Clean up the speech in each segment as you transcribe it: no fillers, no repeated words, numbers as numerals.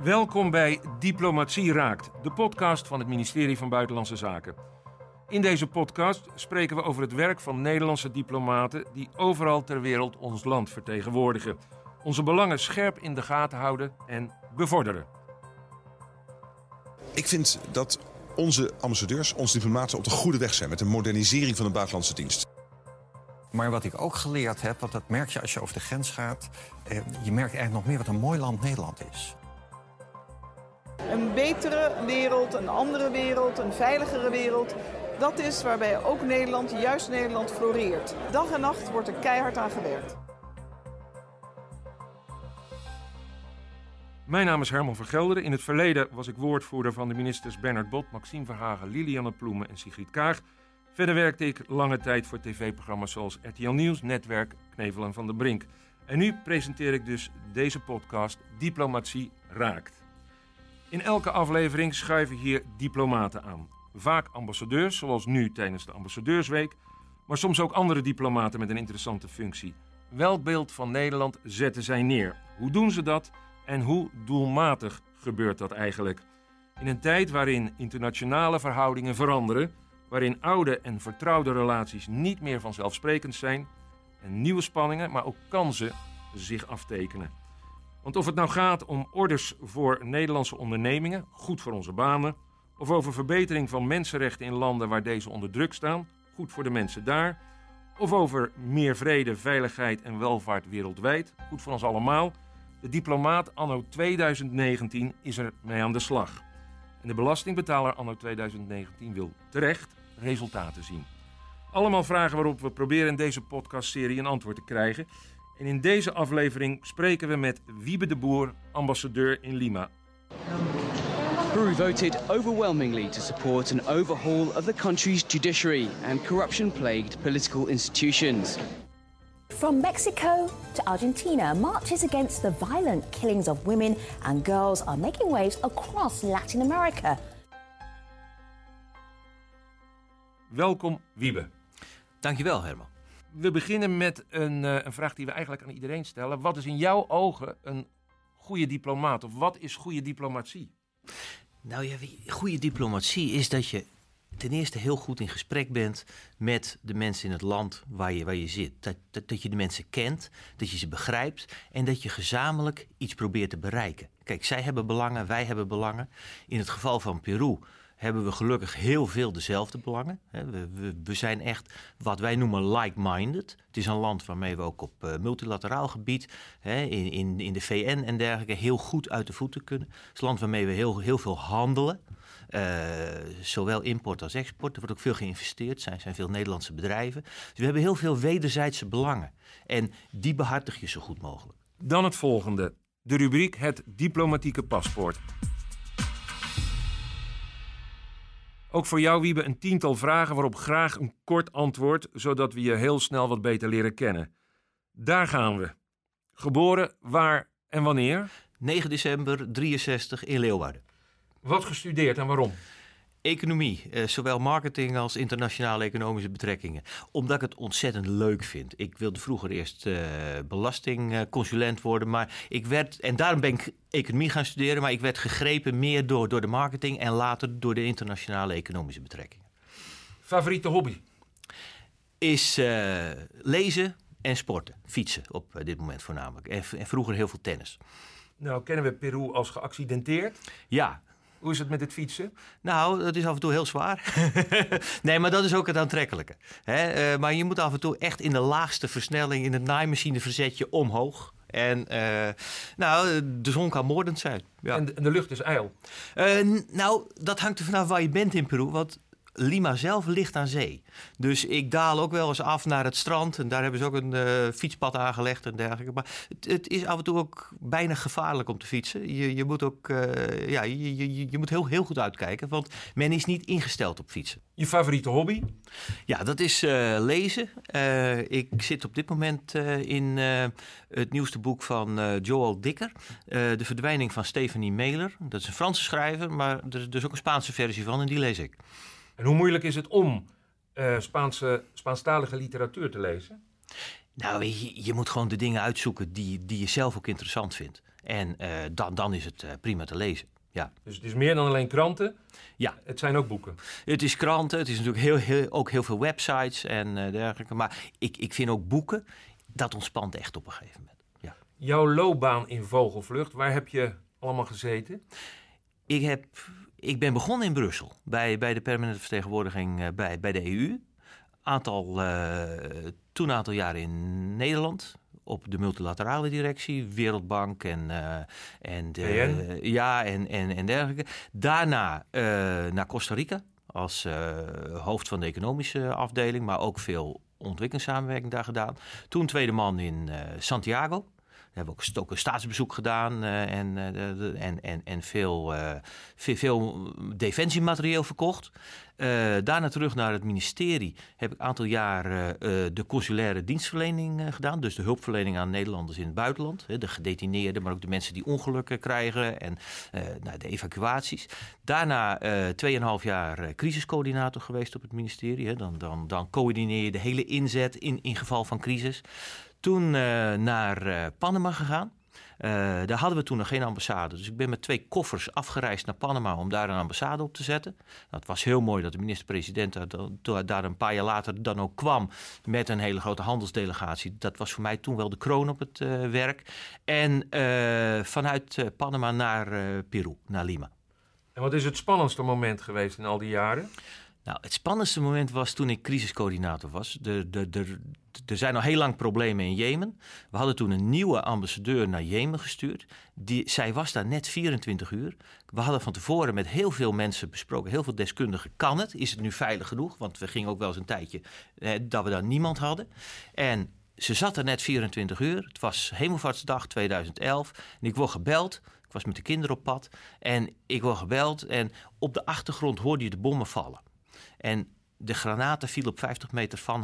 Welkom bij Diplomatie Raakt, de podcast van het ministerie van Buitenlandse Zaken. In deze podcast spreken we over het werk van Nederlandse diplomaten die overal ter wereld ons land vertegenwoordigen. Onze belangen scherp in de gaten houden en bevorderen. Ik vind dat onze ambassadeurs, onze diplomaten op de goede weg zijn met de modernisering van de buitenlandse dienst. Maar wat ik ook geleerd heb, want dat merk je als je over de grens gaat, je merkt eigenlijk nog meer wat een mooi land Nederland is. Een betere wereld, een andere wereld, een veiligere wereld. Dat is waarbij ook Nederland, juist Nederland, floreert. Dag en nacht wordt er keihard aan gewerkt. Mijn naam is Herman van Gelderen. In het verleden was ik woordvoerder van de ministers Bernard Bot, Maxime Verhagen, Lilianne Ploemen en Sigrid Kaag. Verder werkte ik lange tijd voor tv-programma's zoals RTL Nieuws, Netwerk, Knevel en Van der Brink. En nu presenteer ik dus deze podcast Diplomatie Raakt. In elke aflevering schuiven hier diplomaten aan. Vaak ambassadeurs, zoals nu tijdens de Ambassadeursweek, maar soms ook andere diplomaten met een interessante functie. Welk beeld van Nederland zetten zij neer? Hoe doen ze dat? En hoe doelmatig gebeurt dat eigenlijk? In een tijd waarin internationale verhoudingen veranderen, waarin oude en vertrouwde relaties niet meer vanzelfsprekend zijn en nieuwe spanningen, maar ook kansen zich aftekenen. Want of het nou gaat om orders voor Nederlandse ondernemingen, goed voor onze banen, of over verbetering van mensenrechten in landen waar deze onder druk staan, goed voor de mensen daar, of over meer vrede, veiligheid en welvaart wereldwijd, goed voor ons allemaal, de diplomaat anno 2019 is er mee aan de slag. En de belastingbetaler anno 2019 wil terecht resultaten zien. Allemaal vragen waarop we proberen in deze podcastserie een antwoord te krijgen. En in deze aflevering spreken we met Wiebe de Boer, ambassadeur in Lima. Peru voted overwhelmingly to support an overhaul of the country's judiciary and corruption-plagued political institutions. From Mexico to Argentina, marches against the violent killings of women and girls are making waves across Latin America. Welkom, Wiebe. Dankjewel, Herman. We beginnen met een vraag die we eigenlijk aan iedereen stellen. Wat is in jouw ogen een goede diplomaat? Of wat is goede diplomatie? Nou ja, goede diplomatie is dat je ten eerste heel goed in gesprek bent met de mensen in het land waar je zit. Dat je de mensen kent, dat je ze begrijpt en dat je gezamenlijk iets probeert te bereiken. Kijk, zij hebben belangen, wij hebben belangen. In het geval van Peru hebben we gelukkig heel veel dezelfde belangen. We zijn echt wat wij noemen like-minded. Het is een land waarmee we ook op multilateraal gebied, in de VN en dergelijke, heel goed uit de voeten kunnen. Het is een land waarmee we heel veel handelen. Zowel import als export. Er wordt ook veel geïnvesteerd. Er zijn veel Nederlandse bedrijven. Dus we hebben heel veel wederzijdse belangen. En die behartig je zo goed mogelijk. Dan het volgende. De rubriek Het Diplomatieke Paspoort. Ook voor jou, Wiebe, een 10-tal vragen waarop graag een kort antwoord, zodat we je heel snel wat beter leren kennen. Daar gaan we. Geboren, waar en wanneer? 9 december 63 in Leeuwarden. Wat gestudeerd en waarom? Economie, zowel marketing als internationale economische betrekkingen. Omdat ik het ontzettend leuk vind. Ik wilde vroeger eerst belastingconsulent worden, maar en daarom ben ik economie gaan studeren, maar ik werd gegrepen meer door de marketing en later door de internationale economische betrekkingen. Favoriete hobby? Is lezen en sporten, fietsen op dit moment voornamelijk. En vroeger heel veel tennis. Nou, kennen we Peru als geaccidenteerd? Ja. Hoe is het met het fietsen? Nou, dat is af en toe heel zwaar. Nee, maar dat is ook het aantrekkelijke. Maar je moet af en toe echt in de laagste versnelling in het naaimachineverzetje omhoog. En de zon kan moordend zijn. Ja. En de lucht is ijl? Nou, dat hangt er vanaf waar je bent in Peru. Want Lima zelf ligt aan zee. Dus ik daal ook wel eens af naar het strand. En daar hebben ze ook een fietspad aangelegd en dergelijke. Maar het is af en toe ook bijna gevaarlijk om te fietsen. Je moet ook je moet heel goed uitkijken. Want men is niet ingesteld op fietsen. Je favoriete hobby? Ja, dat is lezen. Ik zit op dit moment in het nieuwste boek van Joel Dicker. De verdwijning van Stephanie Meyer. Dat is een Franse schrijver, maar er is ook een Spaanse versie van en die lees ik. En hoe moeilijk is het om Spaanstalige literatuur te lezen? Nou, je moet gewoon de dingen uitzoeken die je zelf ook interessant vindt. En dan is het prima te lezen. Ja. Dus het is meer dan alleen kranten? Ja. Het zijn ook boeken? Het is kranten, het is natuurlijk ook heel veel websites en dergelijke. Maar ik vind ook boeken, dat ontspant echt op een gegeven moment. Ja. Jouw loopbaan in vogelvlucht, waar heb je allemaal gezeten? Ik ben begonnen in Brussel, bij de permanente vertegenwoordiging bij de EU. Toen een aantal jaren in Nederland, op de multilaterale directie, Wereldbank en dergelijke. Daarna naar Costa Rica als hoofd van de economische afdeling, maar ook veel ontwikkelingssamenwerking daar gedaan. Toen tweede man in Santiago. We hebben ook een staatsbezoek gedaan en veel defensiematerieel verkocht. Daarna terug naar het ministerie heb ik een aantal jaar de consulaire dienstverlening gedaan. Dus de hulpverlening aan Nederlanders in het buitenland. De gedetineerden, maar ook de mensen die ongelukken krijgen en de evacuaties. Daarna 2,5 jaar crisiscoördinator geweest op het ministerie. Dan coördineer je de hele inzet in geval van crisis. Toen naar Panama gegaan. Daar hadden we toen nog geen ambassade. Dus ik ben met 2 koffers afgereisd naar Panama om daar een ambassade op te zetten. Dat was heel mooi dat de minister-president daar een paar jaar later dan ook kwam met een hele grote handelsdelegatie. Dat was voor mij toen wel de kroon op het werk. En vanuit Panama naar Peru, naar Lima. En wat is het spannendste moment geweest in al die jaren? Nou, het spannendste moment was toen ik crisiscoördinator was. Er zijn al heel lang problemen in Jemen. We hadden toen een nieuwe ambassadeur naar Jemen gestuurd. Zij was daar net 24 uur. We hadden van tevoren met heel veel mensen besproken, heel veel deskundigen. Kan het? Is het nu veilig genoeg? Want we gingen ook wel eens een tijdje dat we daar niemand hadden. En ze zat er net 24 uur. Het was Hemelvaartsdag 2011. En ik word gebeld. Ik was met de kinderen op pad. En ik word gebeld. En op de achtergrond hoorde je de bommen vallen. En de granaten vielen op 50 meter van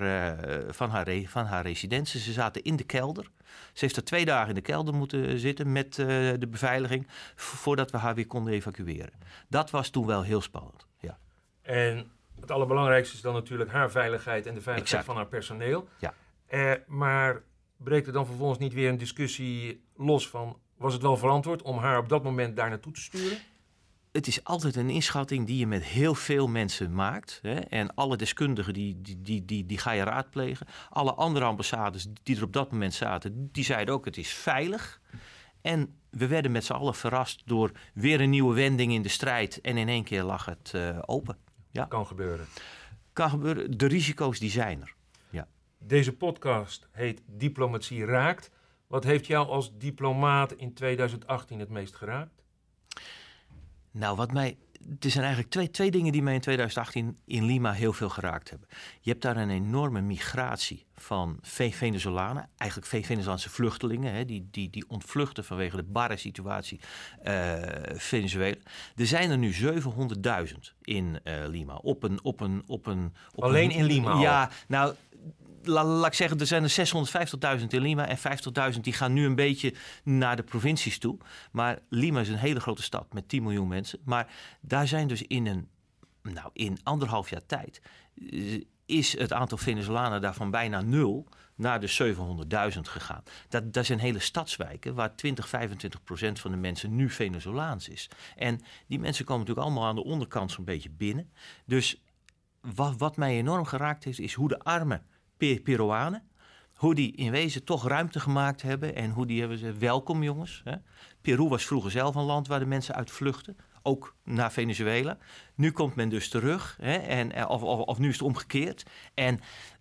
haar residentie. Ze zaten in de kelder. Ze heeft er 2 dagen in de kelder moeten zitten met de beveiliging voordat we haar weer konden evacueren. Dat was toen wel heel spannend. Ja. En het allerbelangrijkste is dan natuurlijk haar veiligheid en de veiligheid van haar personeel. Ja. Maar breekt er dan vervolgens niet weer een discussie los van, was het wel verantwoord om haar op dat moment daar naartoe te sturen? Het is altijd een inschatting die je met heel veel mensen maakt. Hè? En alle deskundigen die ga je raadplegen. Alle andere ambassades die er op dat moment zaten, die zeiden ook het is veilig. En we werden met z'n allen verrast door weer een nieuwe wending in de strijd. En in één keer lag het open. Ja. Kan gebeuren. Kan gebeuren. De risico's die zijn er. Ja. Deze podcast heet Diplomatie Raakt. Wat heeft jou als diplomaat in 2018 het meest geraakt? Nou, er zijn eigenlijk twee dingen die mij in 2018 in Lima heel veel geraakt hebben. Je hebt daar een enorme migratie van Venezolanen, eigenlijk Venezolaanse vluchtelingen, hè, die ontvluchten vanwege de barre situatie Venezuela. Er zijn er nu 700.000 in Lima. Alleen in Lima? Ja, nou, laat ik zeggen, er zijn er 650.000 in Lima en 50.000 die gaan nu een beetje naar de provincies toe. Maar Lima is een hele grote stad met 10 miljoen mensen. Maar daar zijn dus in 1,5 jaar tijd is het aantal Venezolanen daarvan bijna 0 naar de 700.000 gegaan. Dat zijn hele stadswijken waar 20-25% van de mensen nu Venezolaans is. En die mensen komen natuurlijk allemaal aan de onderkant zo'n beetje binnen. Dus wat mij enorm geraakt heeft, is hoe de arme Peruanen, hoe die in wezen toch ruimte gemaakt hebben en hoe die hebben ze welkom jongens. Hè. Peru was vroeger zelf een land waar de mensen uit vluchten, ook naar Venezuela. Nu komt men dus terug, hè, of nu is het omgekeerd. En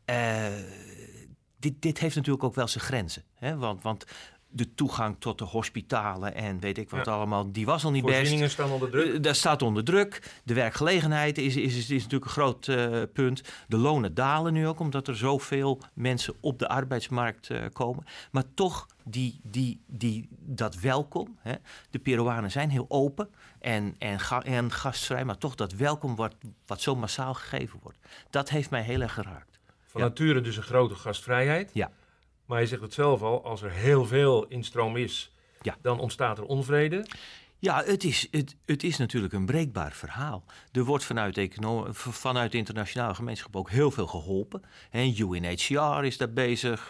dit heeft natuurlijk ook wel zijn grenzen. Hè, want de toegang tot de hospitalen en weet ik wat allemaal, die was al niet best. Voorzieningen staan onder druk. Dat staat onder druk. De werkgelegenheid is natuurlijk een groot punt. De lonen dalen nu ook, omdat er zoveel mensen op de arbeidsmarkt komen. Maar toch, dat welkom. Hè. De Peruanen zijn heel open en gastvrij, maar toch dat welkom wat zo massaal gegeven wordt. Dat heeft mij heel erg geraakt. Van nature dus een grote gastvrijheid. Ja. Maar je zegt het zelf al, als er heel veel instroom is, dan ontstaat er onvrede. Ja, het is natuurlijk een breekbaar verhaal. Er wordt vanuit de internationale gemeenschap ook heel veel geholpen. UNHCR is daar bezig,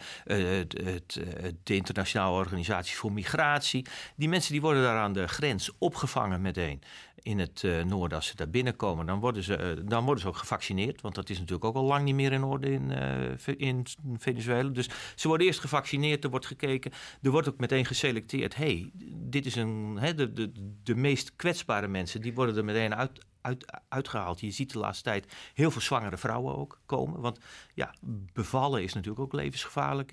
de Internationale Organisatie voor Migratie. Die mensen die worden daar aan de grens opgevangen meteen in het noorden. Als ze daar binnenkomen, dan worden ze ook gevaccineerd. Want dat is natuurlijk ook al lang niet meer in orde in Venezuela. Dus ze worden eerst gevaccineerd, er wordt gekeken. Er wordt ook meteen geselecteerd. Dit is de meest kwetsbare mensen, die worden er meteen uitgehaald. Je ziet de laatste tijd heel veel zwangere vrouwen ook komen. Want ja, bevallen is natuurlijk ook levensgevaarlijk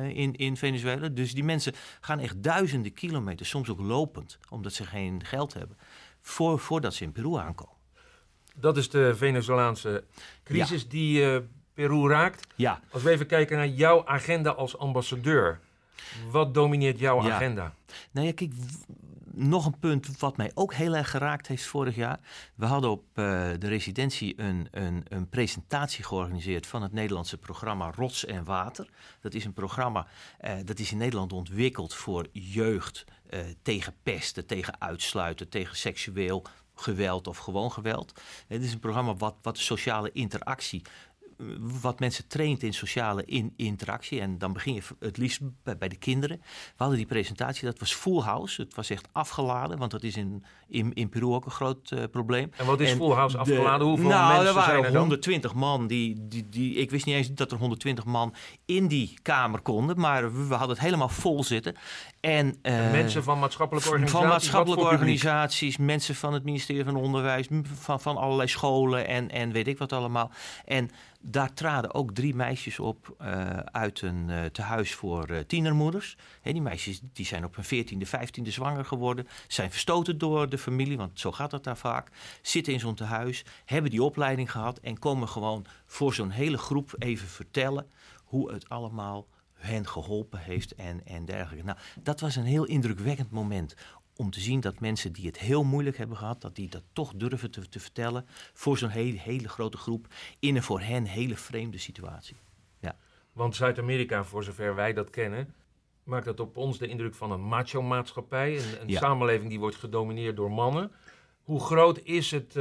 in Venezuela. Dus die mensen gaan echt duizenden kilometers, soms ook lopend, omdat ze geen geld hebben, voordat ze in Peru aankomen. Dat is de Venezolaanse crisis die Peru raakt. Ja. Als we even kijken naar jouw agenda als ambassadeur. Wat domineert jouw agenda? Nou ja, kijk, nog een punt wat mij ook heel erg geraakt heeft vorig jaar. We hadden op de residentie een presentatie georganiseerd van het Nederlandse programma Rots en Water. Dat is een programma dat is in Nederland ontwikkeld voor jeugd tegen pesten, tegen uitsluiten, tegen seksueel geweld of gewoon geweld. Het is een programma wat sociale interactie, wat mensen traint in sociale interactie. En dan begin je het liefst bij de kinderen. We hadden die presentatie, dat was full house. Het was echt afgeladen, want dat is in Peru ook een groot probleem. En wat is full house afgeladen? Hoeveel mensen er waren zijn er dan? 120 man. Ik wist niet eens dat er 120 man in die kamer konden. Maar we hadden het helemaal vol zitten. En mensen van maatschappelijke organisaties? Van maatschappelijke organisaties, mensen van het ministerie van Onderwijs, van allerlei scholen en weet ik wat allemaal. En daar traden ook 3 meisjes op uit een tehuis voor tienermoeders. Die meisjes die zijn op hun 14e, 15e zwanger geworden. Zijn verstoten door de familie, want zo gaat dat daar vaak. Zitten in zo'n tehuis, hebben die opleiding gehad en komen gewoon voor zo'n hele groep even vertellen hoe het allemaal hen geholpen heeft en dergelijke. Nou, dat was een heel indrukwekkend moment om te zien dat mensen die het heel moeilijk hebben gehad, dat die dat toch durven te vertellen voor zo'n hele grote groep in een voor hen hele vreemde situatie. Ja. Want Zuid-Amerika, voor zover wij dat kennen, maakt dat op ons de indruk van een macho-maatschappij. Een samenleving die wordt gedomineerd door mannen. Hoe groot is het,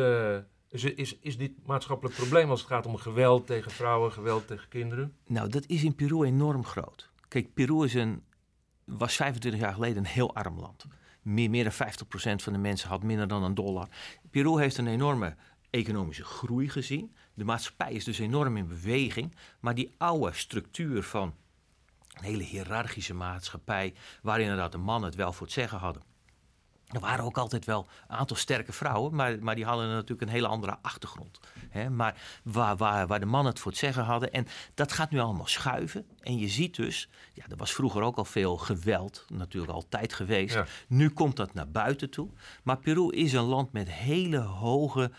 is dit maatschappelijk probleem als het gaat om geweld tegen vrouwen, geweld tegen kinderen? Nou, dat is in Peru enorm groot. Kijk, Peru was 25 jaar geleden een heel arm land. Meer dan 50% van de mensen had minder dan $1. Peru heeft een enorme economische groei gezien. De maatschappij is dus enorm in beweging. Maar die oude structuur van een hele hiërarchische maatschappij, waar inderdaad de mannen het wel voor het zeggen hadden. Er waren ook altijd wel een aantal sterke vrouwen, maar die hadden natuurlijk een hele andere achtergrond. Maar waar de mannen het voor het zeggen hadden. En dat gaat nu allemaal schuiven. En je ziet dus, er was vroeger ook al veel geweld, natuurlijk altijd geweest. Ja. Nu komt dat naar buiten toe. Maar Peru is een land met hele hoge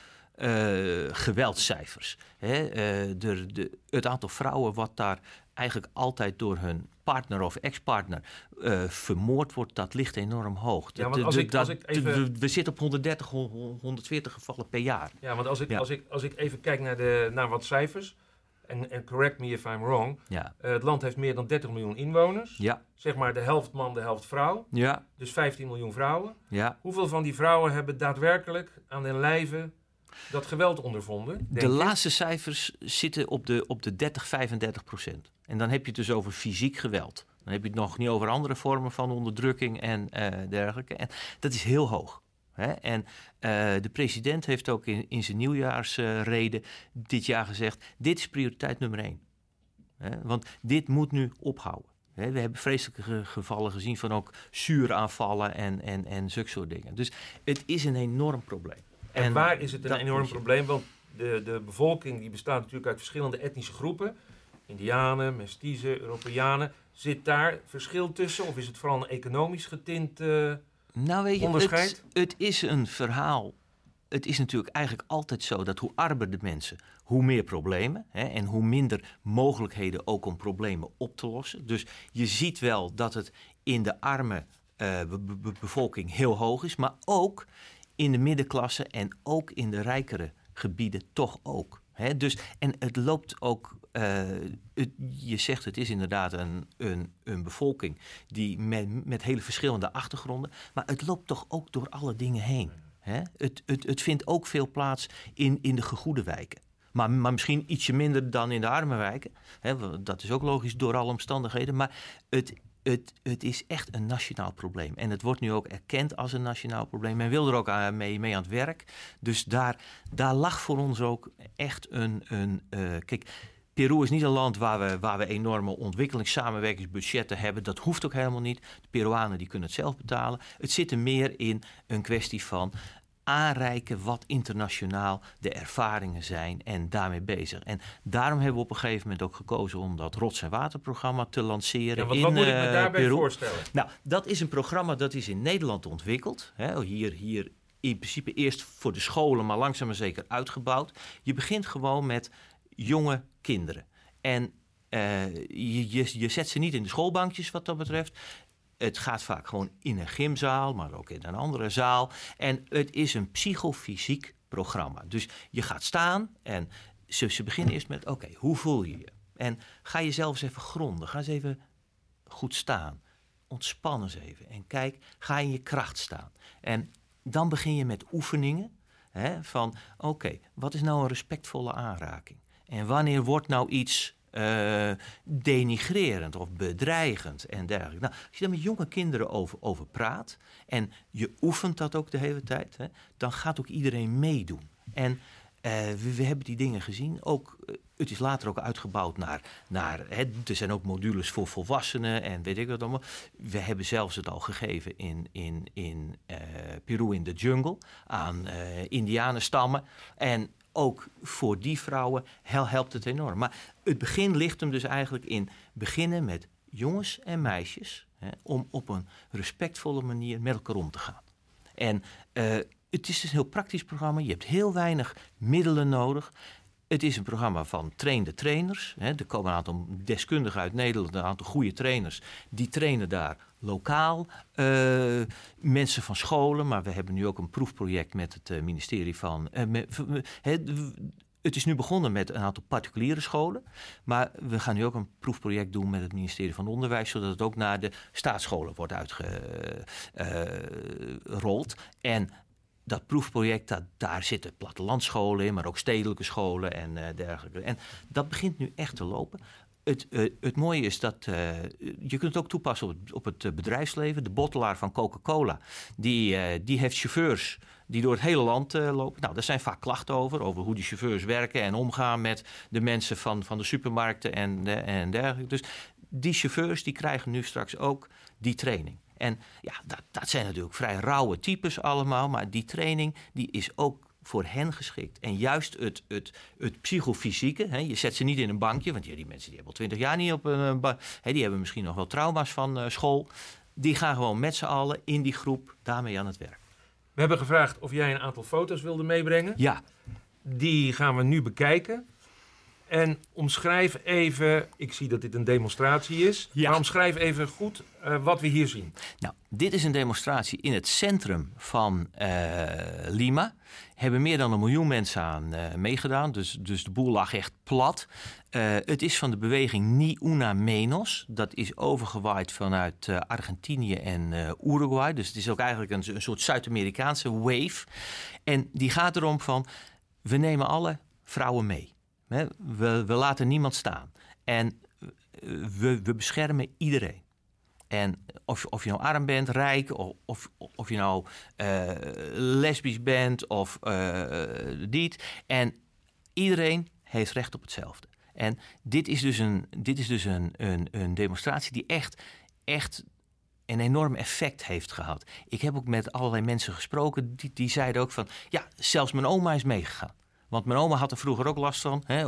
geweldscijfers. Het aantal vrouwen wat daar eigenlijk altijd door hun partner of ex-partner vermoord wordt, dat ligt enorm hoog. Ja, want we zitten op 130, 140 gevallen per jaar. Ja, want als ik even kijk naar wat cijfers, en correct me if I'm wrong, het land heeft meer dan 30 miljoen inwoners. Ja. Zeg maar de helft man, de helft vrouw. Ja. Dus 15 miljoen vrouwen. Ja. Hoeveel van die vrouwen hebben daadwerkelijk aan hun lijve dat geweld ondervonden? De laatste cijfers zitten op de 30-35%. En dan heb je het dus over fysiek geweld. Dan heb je het nog niet over andere vormen van onderdrukking en dergelijke. En dat is heel hoog. En de president heeft ook in zijn nieuwjaarsrede dit jaar gezegd, dit is prioriteit nummer 1. Want dit moet nu ophouden. We hebben vreselijke gevallen gezien van ook zuuraanvallen en zulke soort dingen. Dus het is een enorm probleem. En waar is het een enorm probleem? Want de bevolking die bestaat natuurlijk uit verschillende etnische groepen. Indianen, Mestizen, Europeanen. Zit daar verschil tussen? Of is het vooral een economisch getint onderscheid? Het is een verhaal. Het is natuurlijk eigenlijk altijd zo dat hoe armer de mensen, hoe meer problemen. En hoe minder mogelijkheden ook om problemen op te lossen. Dus je ziet wel dat het in de arme bevolking heel hoog is. Maar ook in de middenklasse en ook in de rijkere gebieden toch ook. Dus, en het loopt ook je zegt het is inderdaad een bevolking die met hele verschillende achtergronden, maar het loopt toch ook door alle dingen heen. Hè? Het vindt ook veel plaats in de gegoede wijken. Maar misschien ietsje minder dan in de arme wijken. Hè? Dat is ook logisch door alle omstandigheden. Maar het is echt een nationaal probleem. En het wordt nu ook erkend als een nationaal probleem. Men wil er ook mee aan het werk. Dus daar lag voor ons ook echt kijk, Peru is niet een land waar we enorme ontwikkelingssamenwerkingsbudgetten hebben. Dat hoeft ook helemaal niet. De Peruanen die kunnen het zelf betalen. Het zit er meer in een kwestie van aanreiken wat internationaal de ervaringen zijn en daarmee bezig. En daarom hebben we op een gegeven moment ook gekozen om dat Rots- en Waterprogramma te lanceren in Peru. Wat moet ik me daarbij voorstellen? Nou, dat is een programma dat is in Nederland ontwikkeld. Hè, hier in principe eerst voor de scholen, maar langzaam maar zeker uitgebouwd. Je begint gewoon met jonge kinderen. En je zet ze niet in de schoolbankjes wat dat betreft. Het gaat vaak gewoon in een gymzaal, maar ook in een andere zaal. En het is een psychofysiek programma. Dus je gaat staan en ze beginnen eerst met, oké, hoe voel je je? En ga jezelf eens even gronden. Ga eens even goed staan. Ontspan eens even. En kijk, ga in je kracht staan. En dan begin je met oefeningen. Hè, van, oké, wat is nou een respectvolle aanraking? En wanneer wordt nou iets denigrerend of bedreigend en dergelijke. Nou, als je daar met jonge kinderen over praat en je oefent dat ook de hele tijd, hè, dan gaat ook iedereen meedoen. En we hebben die dingen gezien. Ook, het is later ook uitgebouwd naar er zijn ook modules voor volwassenen en weet ik wat allemaal. We hebben zelfs het al gegeven in Peru in de jungle aan indianenstammen. En ook voor die vrouwen helpt het enorm. Maar het begin ligt hem dus eigenlijk in beginnen met jongens en meisjes, hè, om op een respectvolle manier met elkaar om te gaan. En het is dus een heel praktisch programma. Je hebt heel weinig middelen nodig. Het is een programma van trainde trainers. Hè. Er komen een aantal deskundigen uit Nederland, een aantal goede trainers. Die trainen daar lokaal. Mensen van scholen, maar we hebben nu ook een proefproject met het ministerie van... Het is nu begonnen met een aantal particuliere scholen. Maar we gaan nu ook een proefproject doen met het ministerie van Onderwijs, zodat het ook naar de staatsscholen wordt uitgerold. En dat proefproject, daar zitten plattelandsscholen in, maar ook stedelijke scholen en dergelijke. En dat begint nu echt te lopen. Het mooie is dat je kunt het ook toepassen op het bedrijfsleven. De bottelaar van Coca-Cola, die heeft chauffeurs die door het hele land lopen. Nou, daar zijn vaak klachten over hoe die chauffeurs werken en omgaan met de mensen van de supermarkten en dergelijke. Dus die chauffeurs die krijgen nu straks ook die training. En ja, dat zijn natuurlijk vrij rauwe types allemaal, maar die training die is ook voor hen geschikt. En juist het psychofysieke, hè, je zet ze niet in een bankje, want die mensen die hebben al 20 jaar niet op een bank, die hebben misschien nog wel trauma's van school. Die gaan gewoon met z'n allen in die groep daarmee aan het werk. We hebben gevraagd of jij een aantal foto's wilde meebrengen. Ja. Die gaan we nu bekijken. En omschrijf even, ik zie dat dit een demonstratie is, maar omschrijf even goed wat we hier zien. Nou, dit is een demonstratie in het centrum van Lima. Hebben meer dan 1 miljoen mensen aan meegedaan, dus de boel lag echt plat. Het is van de beweging Ni Una Menos. Dat is overgewaaid vanuit Argentinië en Uruguay. Dus het is ook eigenlijk een soort Zuid-Amerikaanse wave. En die gaat erom van, we nemen alle vrouwen mee. We laten niemand staan. En we beschermen iedereen. En of je nou arm bent, rijk, of je nou lesbisch bent of niet. En iedereen heeft recht op hetzelfde. En dit is dus een demonstratie die echt een enorm effect heeft gehad. Ik heb ook met allerlei mensen gesproken die zeiden ook van, ja, zelfs mijn oma is meegegaan. Want mijn oma had er vroeger ook last van. Hè?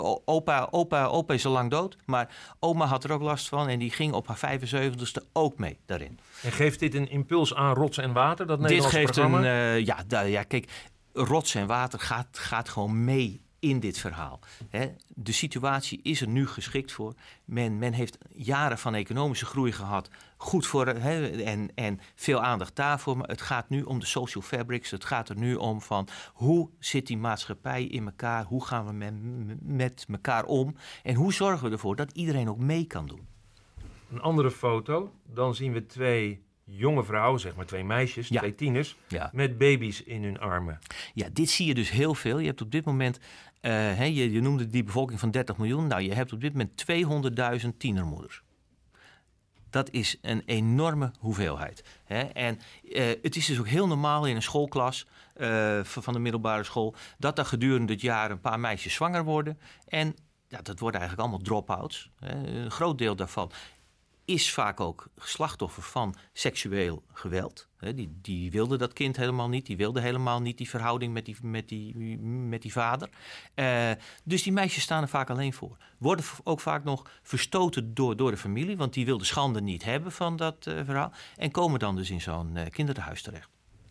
Opa is al lang dood. Maar oma had er ook last van. En die ging op haar 75ste ook mee daarin. En geeft dit een impuls aan Rots en Water, dat Nederlandse dit geeft programma? Kijk, Rots en Water gaat gewoon mee in dit verhaal. De situatie is er nu geschikt voor. Men heeft jaren van economische groei gehad. Goed voor en veel aandacht daarvoor. Maar het gaat nu om de social fabrics. Het gaat er nu om van hoe zit die maatschappij in elkaar? Hoe gaan we met elkaar om? En hoe zorgen we ervoor dat iedereen ook mee kan doen? Een andere foto, dan zien we 2 jonge vrouwen, zeg maar 2 meisjes, 2 tieners, met baby's in hun armen. Ja, dit zie je dus heel veel. Je hebt op dit moment, je noemde die bevolking van 30 miljoen. Nou, je hebt op dit moment 200.000 tienermoeders. Dat is een enorme hoeveelheid. En het is dus ook heel normaal in een schoolklas van de middelbare school dat er gedurende het jaar een paar meisjes zwanger worden. En dat worden eigenlijk allemaal drop-outs. Een groot deel daarvan is vaak ook slachtoffer van seksueel geweld. Die wilde dat kind helemaal niet. Die wilde helemaal niet die verhouding met die vader. Dus die meisjes staan er vaak alleen voor. Worden ook vaak nog verstoten door de familie. Want die wil de schande niet hebben van dat verhaal. En komen dan dus in zo'n kinderthuis terecht.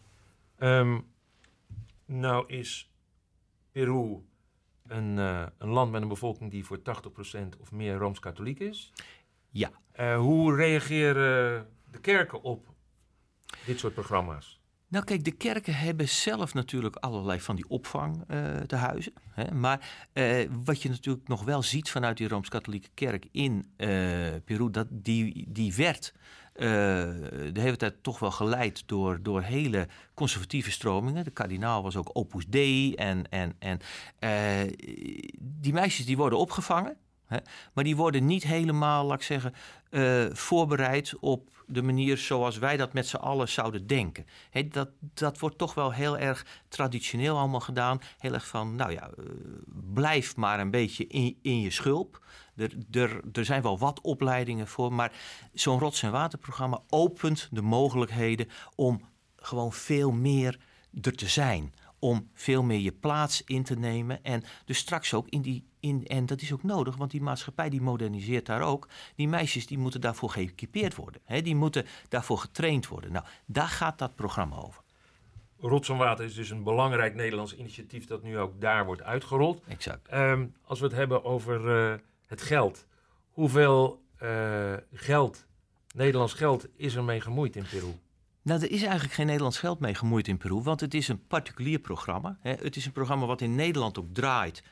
Nou is Peru een land met een bevolking die voor 80% of meer Rooms-Katholiek is. Ja. Hoe reageren de kerken op dit soort programma's? Nou kijk, de kerken hebben zelf natuurlijk allerlei van die opvangtehuizen. Maar wat je natuurlijk nog wel ziet vanuit die Rooms-Katholieke kerk in Peru, dat die werd de hele tijd toch wel geleid door hele conservatieve stromingen. De kardinaal was ook Opus Dei en die meisjes die worden opgevangen. Maar die worden niet helemaal, laat ik zeggen, voorbereid op de manier zoals wij dat met z'n allen zouden denken. Dat wordt toch wel heel erg traditioneel allemaal gedaan. Heel erg van, blijf maar een beetje in je schulp. Er zijn wel wat opleidingen voor, maar zo'n rots- en waterprogramma opent de mogelijkheden om gewoon veel meer er te zijn. Om veel meer je plaats in te nemen. En dus straks ook en dat is ook nodig, want die maatschappij die moderniseert daar ook. Die meisjes die moeten daarvoor geëquipeerd worden. Die moeten daarvoor getraind worden. Nou, daar gaat dat programma over. Rots en Water is dus een belangrijk Nederlands initiatief dat nu ook daar wordt uitgerold. Exact. Als we het hebben over het geld. Hoeveel Nederlands geld is er mee gemoeid in Peru? Nou, er is eigenlijk geen Nederlands geld mee gemoeid in Peru, want het is een particulier programma. Het is een programma wat in Nederland ook draait.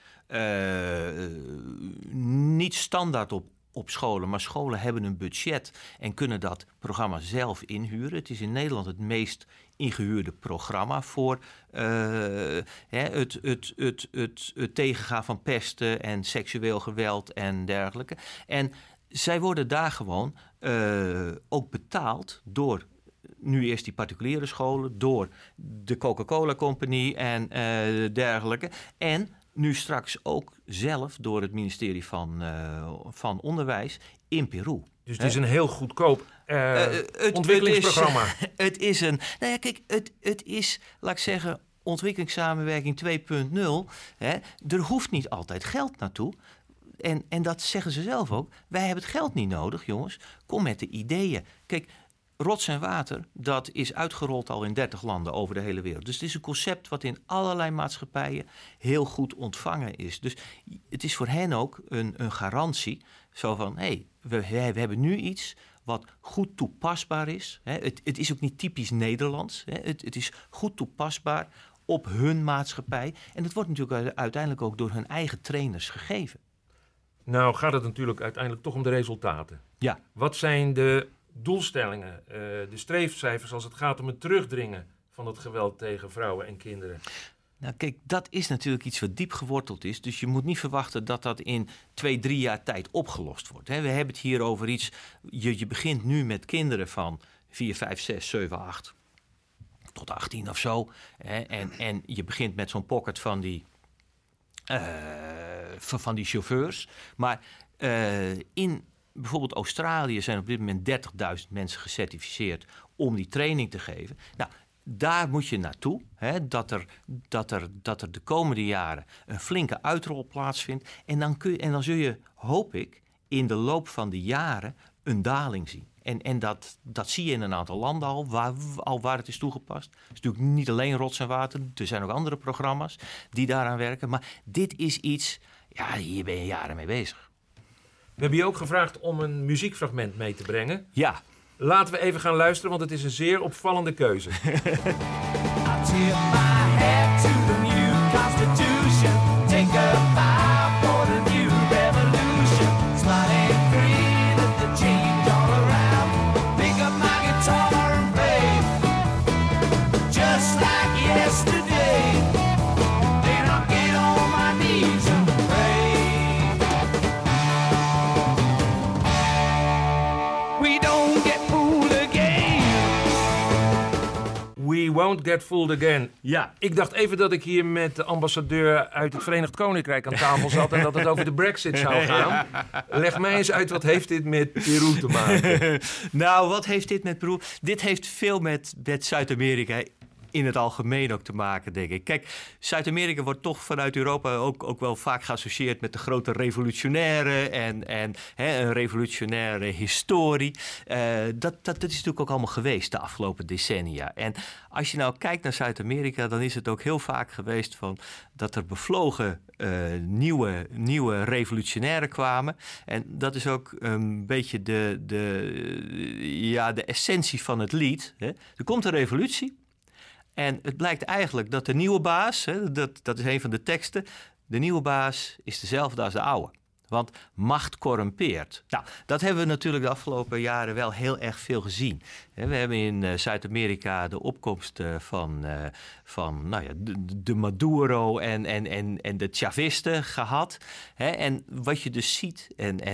Niet standaard op scholen, maar scholen hebben een budget en kunnen dat programma zelf inhuren. Het is in Nederland het meest ingehuurde programma voor het tegengaan van pesten en seksueel geweld en dergelijke. En zij worden daar gewoon ook betaald door nu eerst die particuliere scholen, door de Coca-Cola Company en dergelijke. En nu straks ook zelf door het ministerie van Onderwijs in Peru. Dus het is een heel goedkoop ontwikkelingsprogramma. Het is een... Nou ja, kijk, het is, laat ik zeggen, ontwikkelingssamenwerking 2.0. Er hoeft niet altijd geld naartoe. En dat zeggen ze zelf ook. Wij hebben het geld niet nodig, jongens. Kom met de ideeën. Kijk, Rots en Water, dat is uitgerold al in 30 landen over de hele wereld. Dus het is een concept wat in allerlei maatschappijen heel goed ontvangen is. Dus het is voor hen ook een garantie. Zo van, we hebben nu iets wat goed toepasbaar is. Het is ook niet typisch Nederlands. Het is goed toepasbaar op hun maatschappij. En het wordt natuurlijk uiteindelijk ook door hun eigen trainers gegeven. Nou gaat het natuurlijk uiteindelijk toch om de resultaten. Ja. Wat zijn de doelstellingen, de streefcijfers als het gaat om het terugdringen van het geweld tegen vrouwen en kinderen? Nou kijk, dat is natuurlijk iets wat diep geworteld is. Dus je moet niet verwachten dat dat in 2-3 jaar tijd opgelost wordt. We hebben het hier over iets, je begint nu met kinderen van 4, 5, 6, 7, 8 tot 18 of zo. En je begint met zo'n pocket van die chauffeurs. Maar in bijvoorbeeld Australië zijn op dit moment 30.000 mensen gecertificeerd om die training te geven. Nou, daar moet je naartoe, dat er de komende jaren een flinke uitrol plaatsvindt. En dan zul je, hoop ik, in de loop van de jaren een daling zien. En dat zie je in een aantal landen al waar het is toegepast. Het is natuurlijk niet alleen Rots en Water. Er zijn ook andere programma's die daaraan werken. Maar dit is iets, hier ben je jaren mee bezig. We hebben je ook gevraagd om een muziekfragment mee te brengen. Ja. Laten we even gaan luisteren, want het is een zeer opvallende keuze. We won't get fooled again. Ja. Ik dacht even dat ik hier met de ambassadeur uit het Verenigd Koninkrijk aan tafel zat en dat het over de Brexit zou gaan. Leg mij eens uit, wat heeft dit met Peru te maken? Nou, wat heeft dit met Peru? Dit heeft veel met Zuid-Amerika in het algemeen ook te maken, denk ik. Kijk, Zuid-Amerika wordt toch vanuit Europa ook wel vaak geassocieerd met de grote revolutionaire en een revolutionaire historie. Dat is natuurlijk ook allemaal geweest de afgelopen decennia. En als je nou kijkt naar Zuid-Amerika, dan is het ook heel vaak geweest dat er bevlogen nieuwe revolutionairen kwamen. En dat is ook een beetje de essentie van het lied. Hè. Er komt een revolutie. En het blijkt eigenlijk dat de nieuwe baas, dat is een van de teksten, de nieuwe baas is dezelfde als de oude. Want macht corrumpeert. Nou, dat hebben we natuurlijk de afgelopen jaren wel heel erg veel gezien. We hebben in Zuid-Amerika de opkomst van de Maduro en de Chavisten gehad. En wat je dus ziet,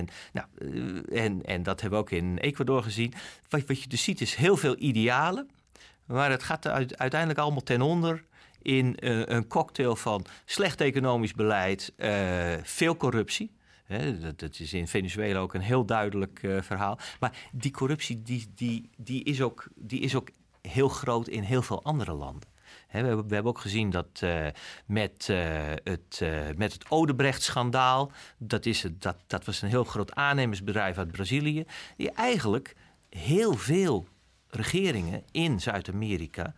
en dat hebben we ook in Ecuador gezien, wat je dus ziet is heel veel idealen. Maar het gaat uiteindelijk allemaal ten onder in een cocktail van slecht economisch beleid, veel corruptie. Dat is in Venezuela ook een heel duidelijk verhaal. Maar die corruptie die is ook heel groot in heel veel andere landen. We hebben ook gezien dat met het Odebrecht-schandaal, dat was een heel groot aannemersbedrijf uit Brazilië, die eigenlijk heel veel regeringen in Zuid-Amerika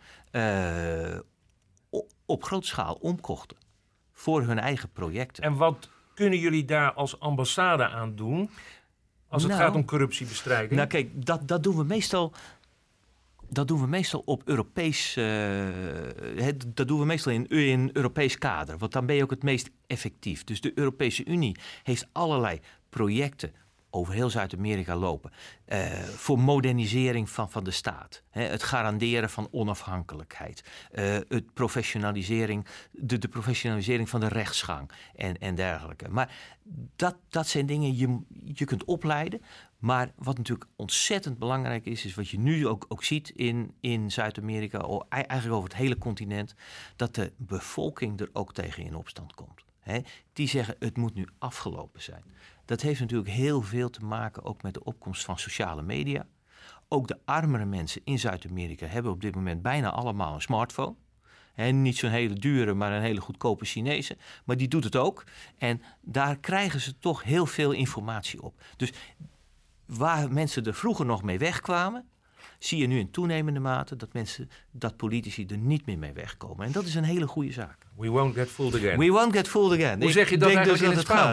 op grote schaal omkochten voor hun eigen projecten. En wat kunnen jullie daar als ambassade aan doen als het gaat om corruptiebestrijding? Nou kijk, dat doen we meestal. Dat doen we meestal op Europees. Dat doen we meestal in Europees kader. Want dan ben je ook het meest effectief. Dus de Europese Unie heeft allerlei projecten over heel Zuid-Amerika lopen. Voor modernisering van de staat. Het garanderen van onafhankelijkheid. De professionalisering van de rechtsgang. En dergelijke. Maar dat zijn dingen je kunt opleiden. Maar wat natuurlijk ontzettend belangrijk is wat je nu ook ziet in Zuid-Amerika, eigenlijk over het hele continent, dat de bevolking er ook tegen in opstand komt. Die zeggen, het moet nu afgelopen zijn. Dat heeft natuurlijk heel veel te maken ook met de opkomst van sociale media. Ook de armere mensen in Zuid-Amerika hebben op dit moment bijna allemaal een smartphone. Niet zo'n hele dure, maar een hele goedkope Chinese. Maar die doet het ook. En daar krijgen ze toch heel veel informatie op. Dus waar mensen er vroeger nog mee wegkwamen, zie je nu in toenemende mate dat politici er niet meer mee wegkomen. En dat is een hele goede zaak. We won't get fooled again. We won't get fooled again. Hoe zeg je dat eigenlijk in het Spaans?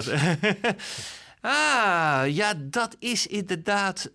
Dat is inderdaad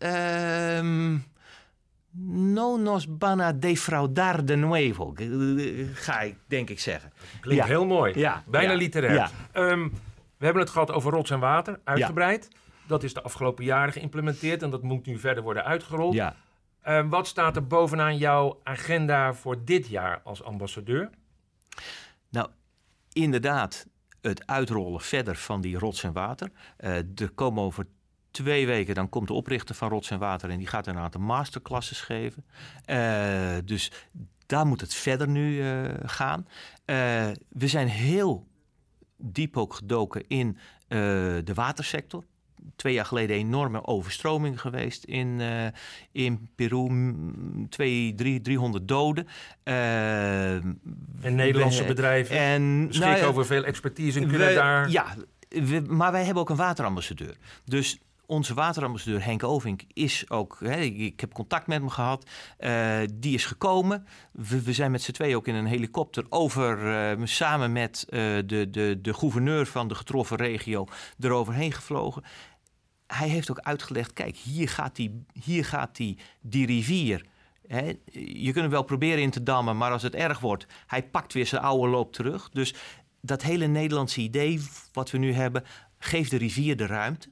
no nos van a defraudar de nuevo, ga ik denk ik zeggen. Klinkt heel mooi. Ja. Bijna literair. Ja. We hebben het gehad over Rots en Water, uitgebreid. Ja. Dat is de afgelopen jaren geïmplementeerd en dat moet nu verder worden uitgerold. Ja. Wat staat er bovenaan jouw agenda voor dit jaar als ambassadeur? Nou, inderdaad, het uitrollen verder van die Rots en Water. Er komen over 2 weken, dan komt de oprichter van Rots en Water en die gaat een aantal masterclasses geven. Dus daar moet het verder nu gaan. We zijn heel diep ook gedoken in de watersector. 2 jaar geleden enorme overstroming geweest in Peru. 300 doden. En Nederlandse bedrijven beschikken over veel expertise en kunnen daar... Ja, maar wij hebben ook een waterambassadeur. Dus onze waterambassadeur Henk Ovink is ook... ik heb contact met hem gehad. Die is gekomen. We zijn met z'n tweeën ook in een helikopter samen met de gouverneur van de getroffen regio eroverheen gevlogen. Hij heeft ook uitgelegd, kijk, hier gaat die rivier... je kunt hem wel proberen in te dammen, maar als het erg wordt... hij pakt weer zijn oude loop terug. Dus dat hele Nederlandse idee wat we nu hebben... geeft de rivier de ruimte.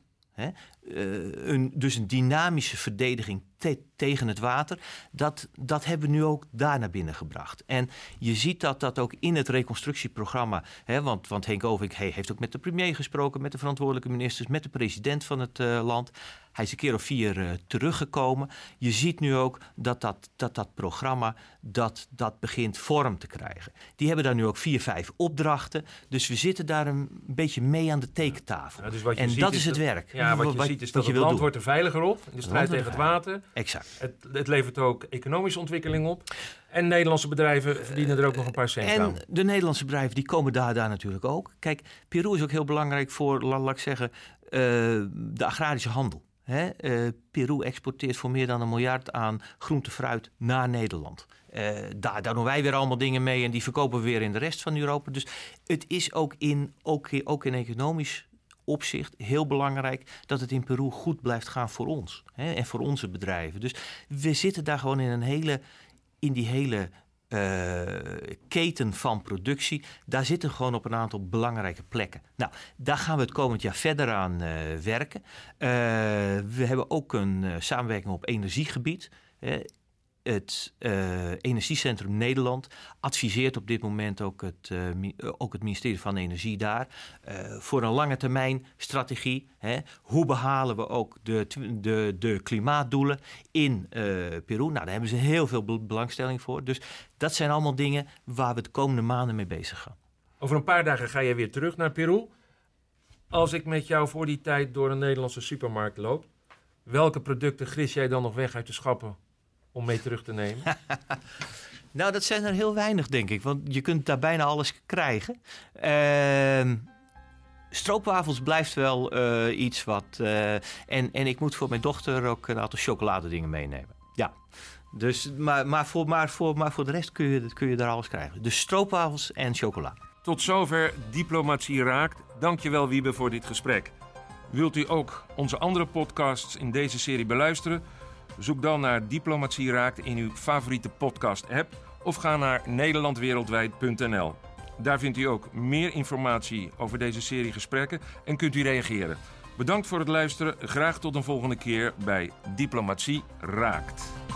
Dus een dynamische verdediging tegen het water. Dat hebben we nu ook daar naar binnen gebracht. En je ziet dat ook in het reconstructieprogramma. Want Henk Ovink heeft ook met de premier gesproken... met de verantwoordelijke ministers, met de president van het land... Hij is een keer of 4 teruggekomen. Je ziet nu ook dat programma dat begint vorm te krijgen. Die hebben daar nu ook 4-5 opdrachten. Dus we zitten daar een beetje mee aan de tekentafel. Ja, dus en dat is het werk. Ja, wat je ziet is dat het land wordt er veiliger op. In de strijd tegen het water. Exact. Het levert ook economische ontwikkeling op. En Nederlandse bedrijven verdienen er ook nog een paar cent aan. En de Nederlandse bedrijven die komen daar natuurlijk ook. Kijk, Peru is ook heel belangrijk voor, laat ik zeggen, de agrarische handel. Peru exporteert voor meer dan $1 miljard aan groente, fruit naar Nederland. Daar doen wij weer allemaal dingen mee en die verkopen we weer in de rest van Europa. Dus het is ook in economisch opzicht heel belangrijk dat het in Peru goed blijft gaan voor ons. En voor onze bedrijven. Dus we zitten daar gewoon in die hele keten van productie. Daar zitten gewoon op een aantal belangrijke plekken. Nou, daar gaan we het komend jaar verder aan werken. We hebben ook een samenwerking op energiegebied. Het Energiecentrum Nederland adviseert op dit moment ook het ministerie van Energie daar voor een lange termijn strategie. Hoe behalen we ook de klimaatdoelen in Peru? Nou, daar hebben ze heel veel belangstelling voor. Dus dat zijn allemaal dingen waar we de komende maanden mee bezig gaan. Over een paar dagen ga je weer terug naar Peru. Als ik met jou voor die tijd door een Nederlandse supermarkt loop, welke producten gris jij dan nog weg uit de schappen om mee terug te nemen? Nou, dat zijn er heel weinig, denk ik. Want je kunt daar bijna alles krijgen. Stroopwafels blijft wel iets wat... En ik moet voor mijn dochter ook een aantal chocoladedingen meenemen. Ja. Dus, maar voor de rest kun je daar alles krijgen. Dus stroopwafels en chocola. Tot zover Diplomatie Raakt. Dank je wel, Wiebe, voor dit gesprek. Wilt u ook onze andere podcasts in deze serie beluisteren? Zoek dan naar Diplomatie Raakt in uw favoriete podcast-app of ga naar nederlandwereldwijd.nl. Daar vindt u ook meer informatie over deze serie gesprekken en kunt u reageren. Bedankt voor het luisteren. Graag tot een volgende keer bij Diplomatie Raakt.